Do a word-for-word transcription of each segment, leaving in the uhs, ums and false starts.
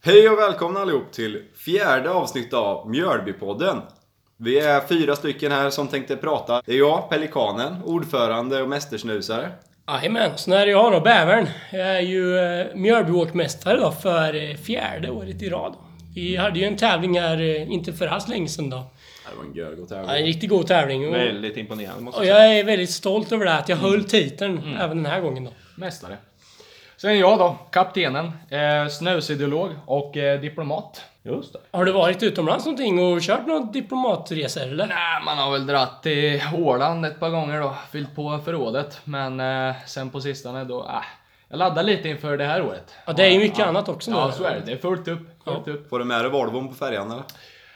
Hej och välkomna allihop till fjärde avsnitt av Mjölbypodden. Vi är fyra stycken här som tänkte prata. Det är jag, Pelikanen, ordförande och mästersnusare. Jajamän, så är det jag då, Bävern. Jag är ju eh, Mjölbyåkmästare då för eh, fjärde året i rad. Vi hade ju en tävling här, eh, inte för alls länge sedan då. Det var en görgod tävling. Ja, en riktigt god tävling. Och, Väldigt imponerande måste och jag säga. jag är väldigt stolt över det här, att jag höll titeln mm. även den här gången då. Mästare. Sen jag då, kaptenen, eh, snösideolog och eh, diplomat. Just det. Har du varit utomlands någonting och kört någon diplomatresor eller? Nej, man har väl dratt till Åland ett par gånger då, fyllt på förrådet. Men eh, sen på sistone då, äh, jag laddar lite inför det här året. Ja, det är ju mycket ja, annat också. Ja, nu. så är det. Det är fullt upp. Fullt Ja. upp. Får du med dig Volvon på färjan eller?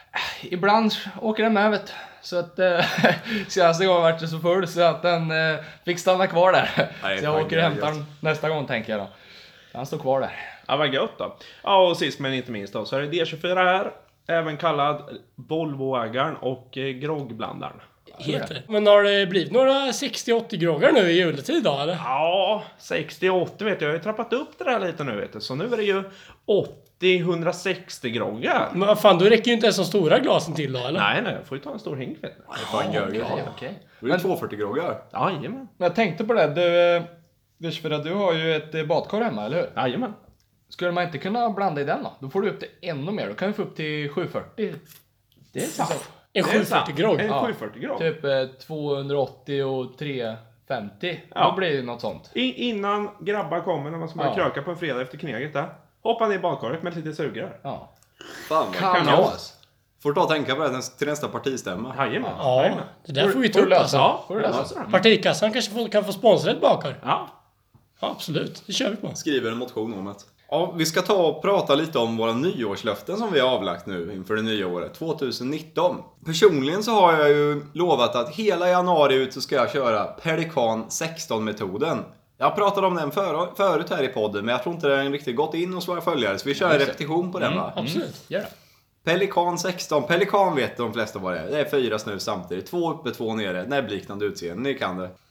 Ibland åker den med, vet du. Så att eh, senaste gången var det så full så att den eh, fick stanna kvar där. Nej, så jag fan, åker och hämtar gött. den nästa gång, tänker jag då. Han står kvar där. Ja, vad gött då. Ja, och sist men inte minst då, så är det D tjugofyra här. Även kallad Volvoägaren och eh, groggblandaren. Helt rätt. Men har det blivit några sextio åttio groggar nu i juletid då eller? Ja, sextio åttio vet jag. Jag har ju trappat upp det där lite nu vet du. Så nu är det ju åttio hundrasextio groggar. Men vad fan, då räcker ju inte ens de stora glasen till då eller? Nej, nej, jag får ju ta en stor hink vet du. Det är fan görgod. Okej, okej. Det är tvåhundrafyrtio groggar. Jajamän. Men jag tänkte på det, du, eh, Vishvera, du har ju ett eh, badkar hemma, eller hur? Jajamän. Skulle man inte kunna blanda i den då? Då får du upp det ännu mer, då kan vi få upp till sjuhundrafyrtio. Det är sant. En Det är sant. sjuhundrafyrtio grogg. En Ja. sjuhundrafyrtio grogg. Typ eh, tvåhundraåttio och trehundrafemtio. Ja. Då blir det något sånt. I, innan grabbar kommer när man ska börja Ja. kröka på en fredag efter kneget där. Hoppa ner i badkaret med lite sugrör. Ja. Fan vad Kalas. Får ta och tänka på det till nästa partistämma. Jajamän. Ja, Jajamän. det där får vi ta Får du upp lösa? alltså. Ja, Får du lösa? Partikassan kanske får, kan få sponsra ett bakar. Ja. Ja, absolut. Det kör vi på. Skriver en motion om det. Ja, vi ska ta och prata lite om våra nyårslöften som vi har avlagt nu inför det nya året, tjugonitton. Personligen så har jag ju lovat att hela januari ut så ska jag köra Pelikan sexton-metoden. Jag pratade om den för, förut här i podden, men jag tror inte den riktigt gått in hos våra följare, så vi kör en repetition på den va? Absolut. Gör det. Pelikan sexton. Pelikan vet de flesta vad det är. Det är fyra snus samtidigt. Två uppe, två nere. Näbbliknande utseende. Ni kan det.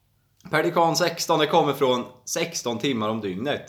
Pelikan sexton, det kommer från sexton timmar om dygnet.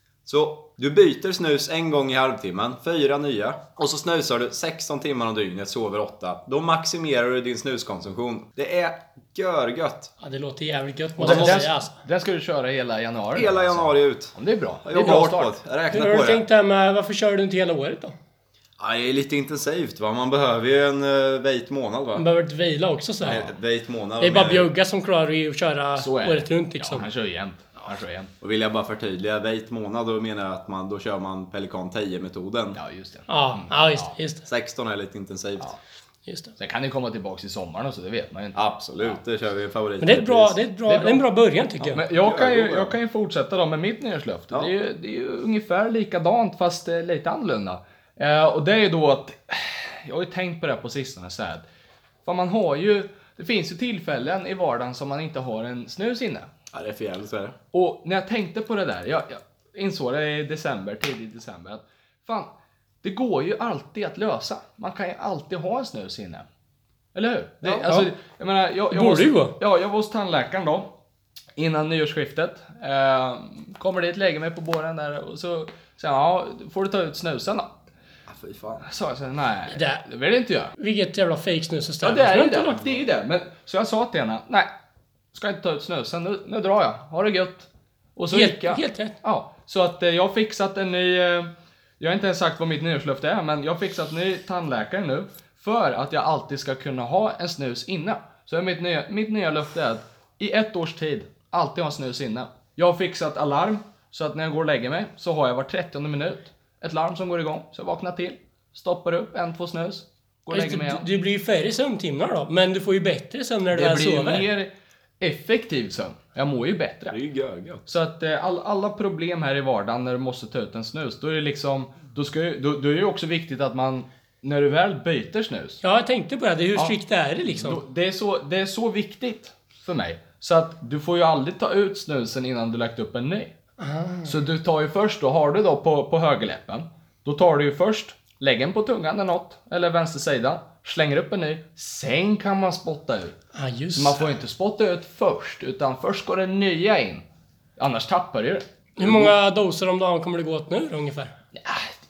Så du byter snus en gång i halvtimmen. Fyra nya. Och så snusar du sexton timmar om dygnet. Sover åtta. Då maximerar du din snuskonsumtion. Det är görgött. Ja, det låter jävligt gött Och måste den, jag den, säga alltså. den ska du köra hela januari. Hela alltså. januari ut. Ja, det är bra. Det Jag är jobbar bra hårt på start. det. Jag Hur räknar har du på det. tänkt där med, varför kör du inte hela året då? Ja, det är lite intensivt va. Man behöver ju en uh, vejt månad va. Man behöver inte vila också så här. Nej, vejt månad. Det är bara menar- bjugga som klarar att köra Så är det. året runt Ja, liksom. han kör jämt. Han kör jämt. Och vill jag bara förtydliga, vejt månad då menar jag att man, då kör man Pelikan tio-metoden. Ja, just det. Ja, ja just, det, just, det, sexton är lite intensivt. Ja. just det. Sen kan ni komma tillbaka i sommaren och så, det vet man ju inte. Absolut, det kör vi favorit. Men det är, ett bra, det, är ett bra, Det det är är en bra. bra början tycker jag. Men jag kan, ju, Ja, jag kan ju fortsätta då med mitt nyårslöfte. Ja. Det, är ju, det är ju ungefär likadant fast eh, lite annorlunda. Eh, och det är ju då att, jag har ju tänkt på det här på sistone så här. För man har ju, det finns ju tillfällen i vardagen som man inte har en snus inne. Ja, det är för jävligt så är det. Och när jag tänkte på det där, jag, jag insåg det i december, tidigt december, att fan, det går ju alltid att lösa. Man kan ju alltid ha en snus inne. Eller hur? Det, Ja. alltså, Ja. jag menar, jag, jag Det borde var, ju gå. Ja, jag var hos tandläkaren då. Innan nyårsskiftet. Eh, kommer dit, lägger mig på båren där och så säger han, ja, får du ta ut snusen då? Ja, fy fan. Så jag sa, nej, Det- det vill jag inte göra. Vilket jävla fake snus Ja, det är ju det. Det är ju det. Men, så jag sa till henne, nej, ska inte ta ut snusen, nu, nu drar jag. Ha det gött. Och så Helt, gick jag. helt rätt. Ja, så att eh, jag har fixat en ny, eh, jag har inte ens sagt vad mitt nyårslöfte är, men jag har fixat en ny tandläkare nu för att jag alltid ska kunna ha en snus inne. Så mitt nya, mitt nya löfte är att i ett års tid alltid ha en snus inne. Jag har fixat alarm så att när jag går och lägger mig så har jag var trettionde minut ett larm som går igång. Så jag vaknar till, stoppar upp en, två snus, går och lägger mig igen. Du, du blir ju färre sömntimmar då, men du får ju bättre sömn när du Det väl blir ju sover. mer effektiv sömn. Jag mår ju bättre. Det är ju görgött. Så att eh, all, alla problem här i vardagen när du måste ta ut en snus, då är det liksom, då, ska ju, då, då är det ju också viktigt att man, när du väl byter snus, Ja, jag tänkte på det. Hur Ja. strikt är det liksom? då, det, är så, det är så viktigt för mig. Så att du får ju aldrig ta ut snusen innan du lagt upp en ny. Så du tar ju först, då har du då på, på högerläppen, då tar du ju först, lägger den på tungan eller något, eller vänster sida, slänger upp en ny, sen kan man spotta ut. Ja, just Så man får inte spotta ut först, utan först går det nya in. Annars tappar du det. Hur många doser om dagen kommer det gå åt nu då, ungefär? Ja, det är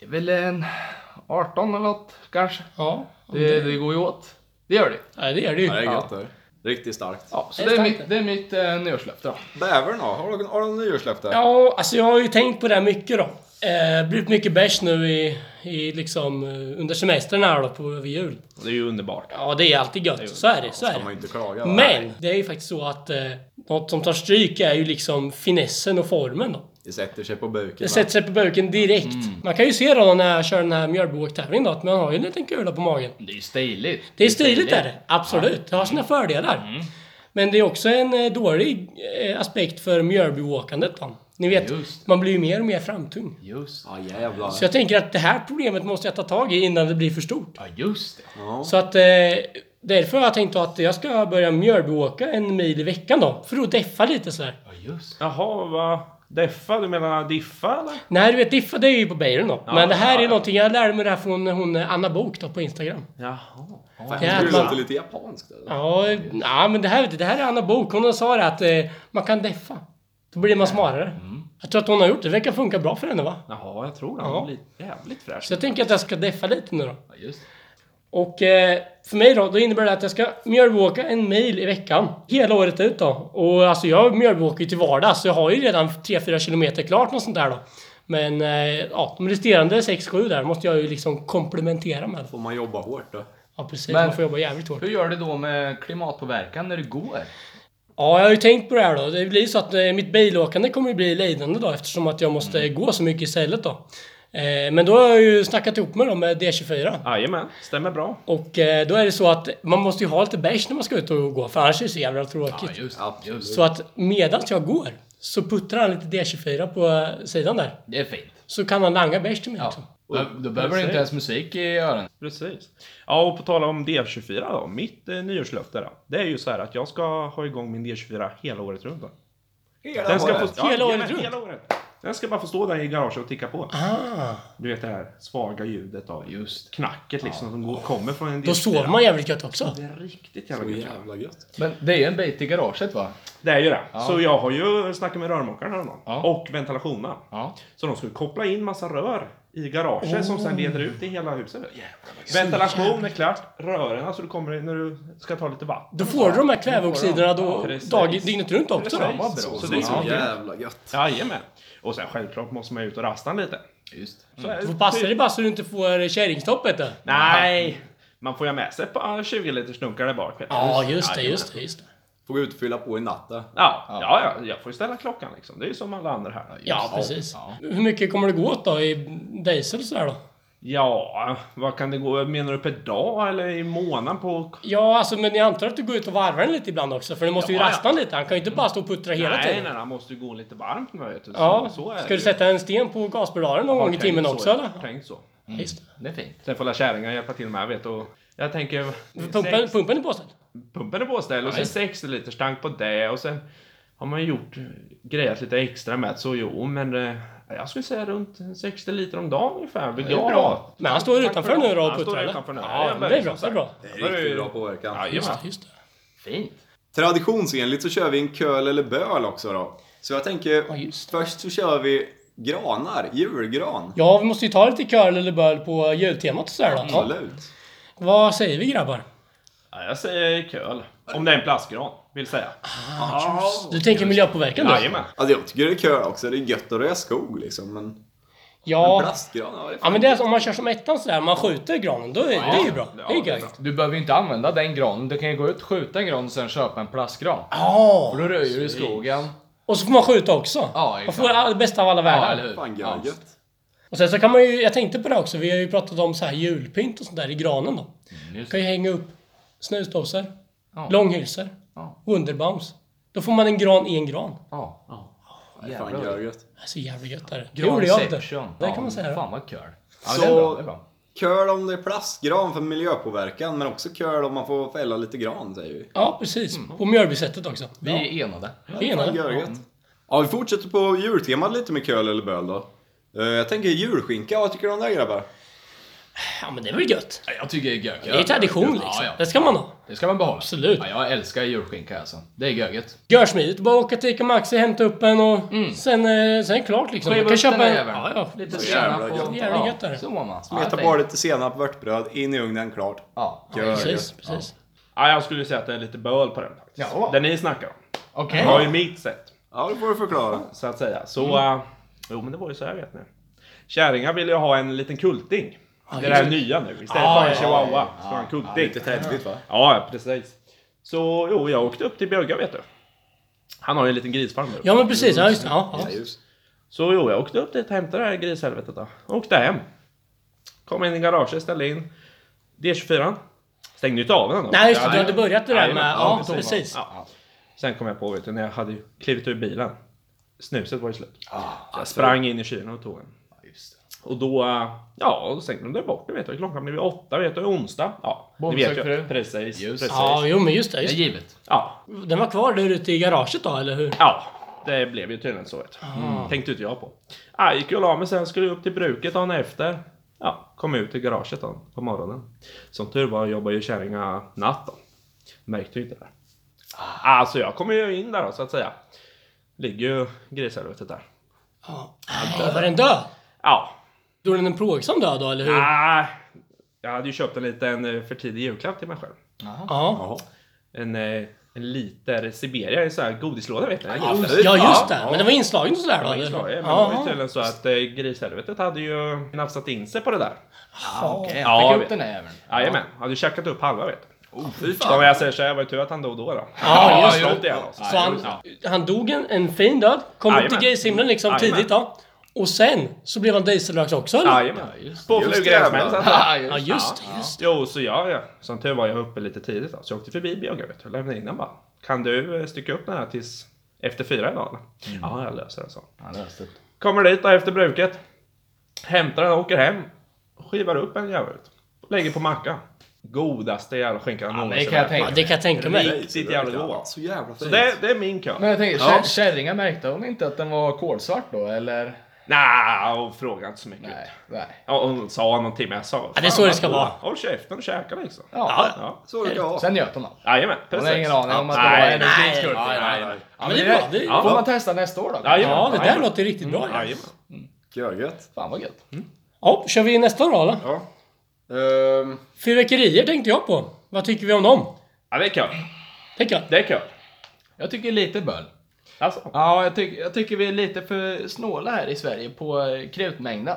väl en arton eller något kanske. Ja. Det, det går ju åt. Det gör det. Ja, det är det ju. Ja, det är Ja. gött det. Riktigt starkt. Ja, så Det är det är starkt. mitt, det är mitt eh, nyårslöfte då. Bävern då? Har du, har du nyårslöfte? Ja, alltså jag har ju tänkt på det här mycket då. Eh, blivit mycket bärs nu i, i liksom eh, under semestern här då på vid jul. Det är ju underbart. Ja, det är alltid gött. Så är det, så är Ska man det. ju inte klaga. va? Men det är ju faktiskt så att eh, något som tar stryk är ju liksom finessen och formen då. Det sätter sig på buken. Det va? sätter sig på buken direkt. Man kan ju se då när jag kör den här mjölbåktävlingen då att man har ju en liten kula på magen. Det är ju stiligt. Det är stiligt är det, absolut. Det har sina fördelar. Men det är också en eh, dålig eh, aspekt för Mjölbyåkandet då. Ni vet, Just. man blir ju mer och mer framtung. Just. Ja, jävlar. Så jag tänker att det här problemet måste jag ta tag i innan det blir för stort. Ja, just det. Ja. Så att eh, därför har jag tänkt att jag ska börja Mjölbyåka en mil i veckan då. För att deffa lite sådär. Ja, just. Jaha, vad... Deffa? Du menar diffa eller? Nej, du vet, diffa det är ju på Bayern då. Ja, Men det här ja, är ja. någonting, jag lärde mig det här från hon Anna Bok då på Instagram. Jaha. Fan, Ja, det man- låter lite japanskt. Eller? Ja, ja men det här, vet du, det här är Anna Bok. Hon sa det att eh, man kan deffa. Då blir man smartare. Jag tror att hon har gjort det. Det verkar funka bra för henne va? Jaha, jag tror det. Ja. Han blir jävligt fräsch. Så jag tänker att jag ska deffa lite nu då. Ja, just det. Och eh, för mig då, då innebär det att jag ska mjölbåka en mil i veckan. Hela året ut då. Och alltså jag mjölbåkar ju till vardags. Så jag har ju redan tre fyra kilometer klart och sånt där då. Men eh, ja, de resterande sex sju där måste jag ju liksom komplementera med. Får man jobba hårt då? Ja precis, Men- man får jobba jävligt hårt. Hur gör du då med klimatpåverkan när du går? Ja, jag har ju tänkt på det här då. Det blir så att eh, mitt bilåkande kommer ju bli lidande då eftersom att jag måste gå så mycket istället då. Eh, men då har jag ju snackat ihop mig då med D tjugofyra. Jajamän, stämmer bra. Och eh, då är det så att man måste ju ha lite bärs när man ska ut och gå för annars är det så jävla tråkigt. just Absolut. Just. Så att medan jag går så puttrar han lite D tjugofyra på eh, sidan där. Det är fint. Så kan han langa bärs till mig Ja. också. Då, då behöver du inte ens musik i öronen. Precis. Ja, och på tala om D tjugofyra då. Mitt eh, nyårslöfte då. Det är ju så här att jag ska ha igång min D tjugofyra hela året runt då. Hela Den ska året. få, Hela året jajamän, runt? hela året. Den ska bara få stå där i garaget och ticka på. Ah, Du vet det här svaga ljudet av Just. knacket liksom som går, kommer från en då D tjugofyra. sover man jävligt gött också. Det är riktigt Så jävla gött. jävla gött. Men det är ju en bit i garaget va? Det är ju det. Ja. Så jag har ju snackat med rörmokaren häromdagen. Ja. Och ventilationen. Ja. Så de skulle koppla in massa rör i garaget som sen leder ut i hela huset. Så Ventilation jävla- är klart. Rören, så du kommer när du ska ta lite vatten. Då får du de här kväveoxiderna då Precis. dag, dygnet runt också då. Precis. vad bra. Så, Så det det är är så så kul. jävla gött. Jajamän. Och sen självklart måste man ut och rasta lite. Just. Så är det- Du får passa dig bara så du inte får kärringstoppet då. Nej! Man får ju ha med sig ett par tjugo liters dunkar där bak. vet du. Ja, just det, Jajamän. just det, just det. Får gå ut och fylla på i natten. Ja, ja, ja, jag får ju ställa klockan liksom. Det är ju som alla andra här. Ja, precis. Ja. Hur mycket kommer det gå åt då i diesel sådär då? Ja, vad kan det gå? Menar du per dag eller i månaden på... Ja, alltså men jag antar att du går ut och varvar den lite ibland också. För du måste ju Ja, rasta ja. den lite. Han kan ju inte bara stå och puttra hela nej, tiden. nej, han måste ju gå lite varmt nu vet du. Så, Ja, så är ska det du ju. sätta en sten på gaspedalen någon Ja, gång i tänk timmen så, också ja. eller? Tänk så. Just det. Det är fint. Sen får la kärringar hjälpa till med vet och jag tänker... Pumpen, sex- pumpen är påställd. Pumpen är påställd och sen sextio liters tank på det och sen har man gjort grejat lite extra med så jo men eh, jag skulle säga runt sextio liter om dagen ungefär vill Det är jag bra. ha. Men han står Tack utanför för nu det. då och Han står puttrar eller? utanför nu. Ja, Jag men det är bra. som Det är sagt. bra. Det är riktigt bra påverkan. Ja, Just jajamän. det, just det. Fint. Traditionsenligt så kör vi en köl eller böl också då. Så jag tänker, Ja, just först så kör vi granar, julgran. Ja, vi måste ju ta lite curl eller böl på jultemat och sådär då. Ja. Absolut. Vad säger vi grabbar? Ja, jag säger köl. Om det är en plastgran, vill säga. Du tänker miljöpåverkan då? Jajamän. Alltså jag tycker det är kul också, det är gött att röja skog liksom. Men en Ja. plastgran, ja det är Ja fan men det är som om man kör som ettan sådär, man skjuter granen, då är det är ju bra. Ja, Det är det är gött. Du behöver ju inte använda den granen. Du kan ju gå ut, skjuta en gran och sen köpa en plastgran. Ja. Och då röjer du i skogen. Och så får man skjuta också. Ja, Man exakt. får all- det bästa av alla Ja, världar. eller hur? fan Ja. gött. Och sen så kan man ju, jag tänkte på det också, vi har ju pratat om så här julpynt och sånt där i granen då. Mm, just. Kan ju hänga upp snusdosor, Ja. långhylsor, Ja. Wunderbaums. Då får man en gran i en gran. Ja. Det är fan Jävlar. gött. Det är så jävla gött där. Det gjorde jag inte. Granception. Det kan man säga. Fan vad kul. Ja, Så- det är bra. Det är bra. Köl om det är plastgran för miljöpåverkan, men också köl om man får fälla lite gran säger vi. Ja, precis. Mm. På Mjölbysättet också. Vi är enade. Vi är Fan enade. gött. Ja, vi fortsätter på jultemat lite med köl eller böl då. Eh, Jag tänker julskinka, vad tycker du om det grabbar? Ja, men det är väl gött. Ja, jag tycker det är gögött. Det är tradition liksom. Ja, ja. Det ska man ha. Det ska man behålla. Absolut. Ja, jag älskar julskinka alltså. Det är gögget. Gör smidigt. Bara åka till Ica Maxi, hämta upp en och sen, eh, sen är det klart liksom. Skiva Man kan upp köpa den en... även. Ja, ja. Lite Så senap jävla och... gött. Jävla gött är det. Så var man. Smeta bara lite senap, vörtbröd, in i ugnen, klart. Ja. Gör Precis, det. precis. Ja, jag skulle säga att det är lite böl på den faktiskt. Ja. Den ni snackar om. Okej. Jag har ju mitt sätt, Ja, det får du förklara. så att säga. Så, mm. jo men det var ju så här vet ni. Kärringar vill ju ha en liten kulting. Det är det här nya nu. Istället Ah, för en ja, chihuahua. ja, Så har en Ja, kulting. lite tältigt va? Ja, precis. Så, jo, jag åkte upp till Björga vet du. Han har ju en liten grisfarm nu. Ja, men precis. Ja, just det. Ja, ja. Ja, just. Så jo, jag åkte upp dit och hämtade det här grishelvetet då. Åkte hem. Kom in i garaget, ställde in D tjugofyra. Stängde ju inte av den då. Nej, just det. Ja, Du hade börjat det där jajamän. med... Ja, Ja, precis. Ja. Sen kom jag på, vet du, när jag hade ju klivit ur bilen. Snuset var ju slut. Ah, Så jag sprang in i kylen och tog en. Just det. Och då, äh, ja, då stängde de det bort. Du vet, klockan blev åtta, vet du, onsdag. Ja, ni vet Bomsök ju. fru. Precis, Just. precis. Ja, jo, men just det. Det är Just. givet. Ja, Den var kvar där ute i garaget då, eller hur? ja, det blev ju tydligen så. Vet du. Mm. Tänkte inte jag på. Ja, gick och la mig sen, skulle upp till bruket dagen efter. Ja, kom ut i garaget då, på morgonen. Som tur var jobbar ju kärringa natt då. Märkte ju inte det. Alltså jag kommer ju in där då, så att säga. Ligger ju grishelvetet där. Ja. Nej, var den död? Ja. Då är den en plågsam död då, eller hur? Ah, jag hade ju köpt en liten eh, för tidig julklapp till mig själv. Ja. Jaha. En, eh, en liter Siberia i så här godislåda vet ni. Ja, Just det. ja, just det. Ja. Men den var inslagen sådär Det då? var eller? inslag, ja, men det var ju Ja. tydligen så att eh, grishelvetet hade ju nafsat in sig på det där. Okej, Ja, jag jag fick upp vet. den här även. Jajamän, hade ju käkat upp halva vet du. Fy Så fan. om jag säger så här, var ju tur att han dog då då. Ja, just slått ihjäl oss. Så han, han dog en, en fin död, kom upp till Jajamän. grishimlen liksom Jajamän. tidigt då. Och sen så blev han diesellöks också eller? Jajamän. just På Just fluggräsmän jävlar. så att Ja, Ja, just just det. Just det. Jo, så jag, ja. Som tur var jag uppe lite tidigt då. Så jag åkte förbi Björga vet du. Och lämnade in den bara. Kan du eh, stycka upp den här tills efter fyra idag eller? Ja, jag löser det så. Ja, löste det. Kommer dit då efter bruket. Hämtar den och åker hem. Skivar upp en jävel. Lägger på macka. Godaste jävla skinkan Ja, någonsin det kan jag ätit. tänka Ja, det kan jag tänka mig. Riktigt jävla god. Så jävla Så fint. det, det är min kö. Men jag tänker, Ja. kä- kärringar märkte hon inte att den var kolsvart då, eller? Nej, hon frågade inte så mycket. Nej, nej. Ja, hon sa någonting men jag sa. Ja, det är så det ska vara. Håll käften och käka liksom. Ja. Ja. Så det ska vara. Sen njöt hon allt. Jajamän, Hon precis. har ingen aning om att det Nej, var en nej, griskulting. nej, nej, nej. Ja, Men det är bra. Det är, Ja. Får man testa nästa år då? Jajamän. ja, det där Jajamän. låter riktigt bra. Ja. Jajamän. Görgött. Fan vad gött. Ja, kör vi nästa då eller? Ja. Ehm, Fyrverkerier tänkte jag på. Vad tycker vi om dem? Ja, det är kul. Tänker jag. Det är kul. Jag tycker lite böl. Alltså. Ja, jag, tyck, jag tycker vi är lite för snåla här i Sverige på eh, krutmängden.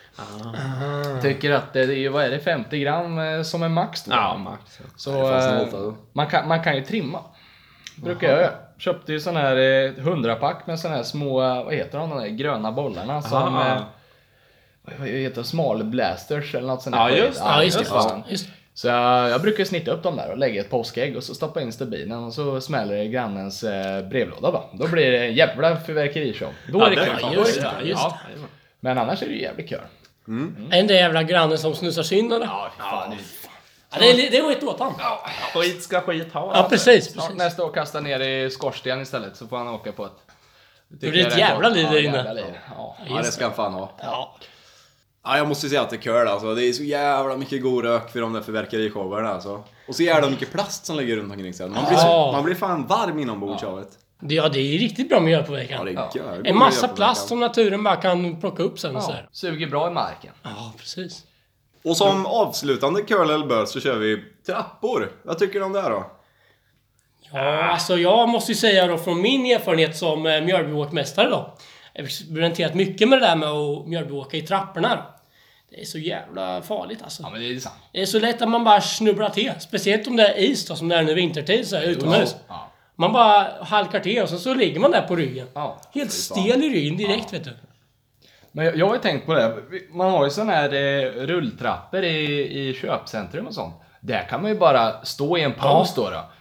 Tycker att det är ju, vad är det, femtio gram eh, som är max då. Ja, max. Så det är fan eh, snålt, alltså. man, kan, man kan ju trimma. Brukar jag göra. Köpte ju sån här eh, hundrapack med såna här små, eh, vad heter de, de där gröna bollarna som... Aha. Eh, vad heter det? Smal blasters eller något sånt Ja, där skit. just det. Ja, just det. fan. Just det. Just det. Så jag, jag brukar snitta upp dem där och lägga ett påskägg och så stoppa in i stubinen och så smäller det i grannens eh, brevlåda då. Då blir det en jävla fyrverkerishow. Då är det det är kul. fan Då är just det det, kul. just Ja. Men annars är det ju jävligt kul. En där jävla grannen som snusar synd eller? Ja, fan. Ja, det, är, li- det är skit åt han. Skit ska skit ha. Ja, precis. Snart precis. nästa år kastar ner i skorsten istället så får han åka på ett... Det blir ett jävla liv där inne. jävla liv. Ja. ja, det ska han fan ha. Ja. Ja, jag måste säga att det är kul alltså. Det är så jävla mycket god rök för de där fyrverkerishowerna alltså. Och så jävla mycket plast som ligger runt omkring sen. Man blir, så, Ja. man blir fan varm inombords av det. Det, ja, det är riktigt bra Ja, miljöpåverkan. det är Ja. gör- En massa plast som naturen bara kan plocka upp sen. Så Ja. här. Suger bra i marken. Ja, precis. Och som avslutande curl eller bös så kör vi trappor. Vad tycker du om det här då? Ja, alltså jag måste ju säga då från min erfarenhet som eh, Mjölbyåkmästare då. Jag har experimenterat mycket med det där med att Mjölbyåka i trapporna. Det är så jävla farligt alltså. Ja, men det är sant. Det är så lätt att man bara snubblar till. Speciellt om det är is då, som det är nu vintertid så här, utomhus. Ja. Man bara halkar till och så, så ligger man där på ryggen. Ja. Helt stel i ryggen direkt vet du. Men jag, jag har ju tänkt på det. Man har ju såna här eh, rulltrappor i, i köpcentrum och sånt. Där kan man ju bara stå i en paus då, då.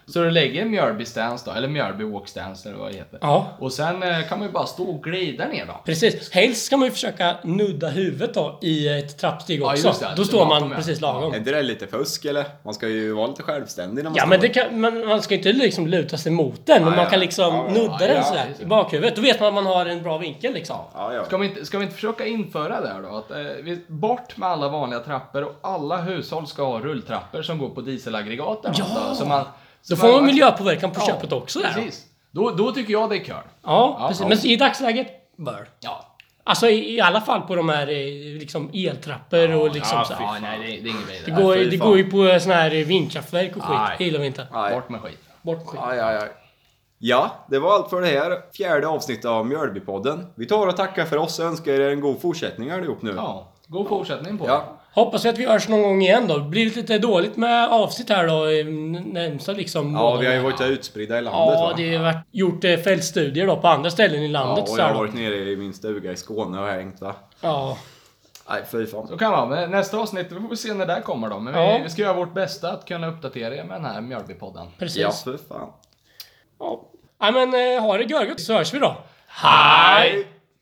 Så du lägger en Mjölby stance då, eller Mjölby walk stance eller vad det heter. Ja. Och sen eh, kan man ju bara stå och glida ner då. Precis. Helst ska man ju försöka nudda huvudet då i ett trappsteg Ja, också. just det. Då Det står bakom, man ja. precis lagom. Är inte det lite fusk eller? Man ska ju vara lite självständig när man Ja, står. men, det kan, men man ska inte liksom luta sig mot den. Men Ja, man ja. kan liksom Ja, ja. nudda Ja, den ja, sådär precis. i bakhuvudet. Då vet man att man har en bra vinkel liksom. Ja, ja. Ska vi inte, ska vi inte försöka införa det här då? Att, eh, vi, bort med alla vanliga trappor och alla hushåll ska ha rulltrappor som går på dieselaggregaten. Ja. Då, så man, Då så får man miljöpåverkan på Ja, köpet också där. Då. Precis. Då, då tycker jag det är kul. Ja, Ja, precis. ja. Men i dagsläget bör. Ja. Alltså i, i alla fall på de här eh, liksom eltrappor och liksom ja, så här. Ja, nej, det, det är ingen grej Det, där. går, fy det fan. går ju på såna här vindkraftverk och skit. Nej. Det gillar vi inte. Nej. Bort med skit. Bort med skit. Aj, aj, aj. Ja, det var allt för det här fjärde avsnittet av Mjölbypodden. Vi tar och tackar för oss och önskar er en god fortsättning allihop nu. Ja, god fortsättning på Ja. Hoppas vi att vi hörs någon gång igen då. Det blir lite dåligt med avsnitt här då. i Närmsta liksom. Ja, vi har ju varit utspridda i landet Ja, va? det har varit, gjort eh, fältstudier då på andra ställen i Ja, landet. och så jag här har då. varit nere i min stuga i Skåne och hängt va? Ja. Nej, fy fan. Så kan man. Men nästa avsnitt, vi får vi se när det kommer då. Men Ja. vi, vi ska göra vårt bästa att kunna uppdatera er med den här Mjölbypodden. Precis. Ja, Ja. fy fan. Ja, men eh, ha det görgött så hörs vi då. Hej!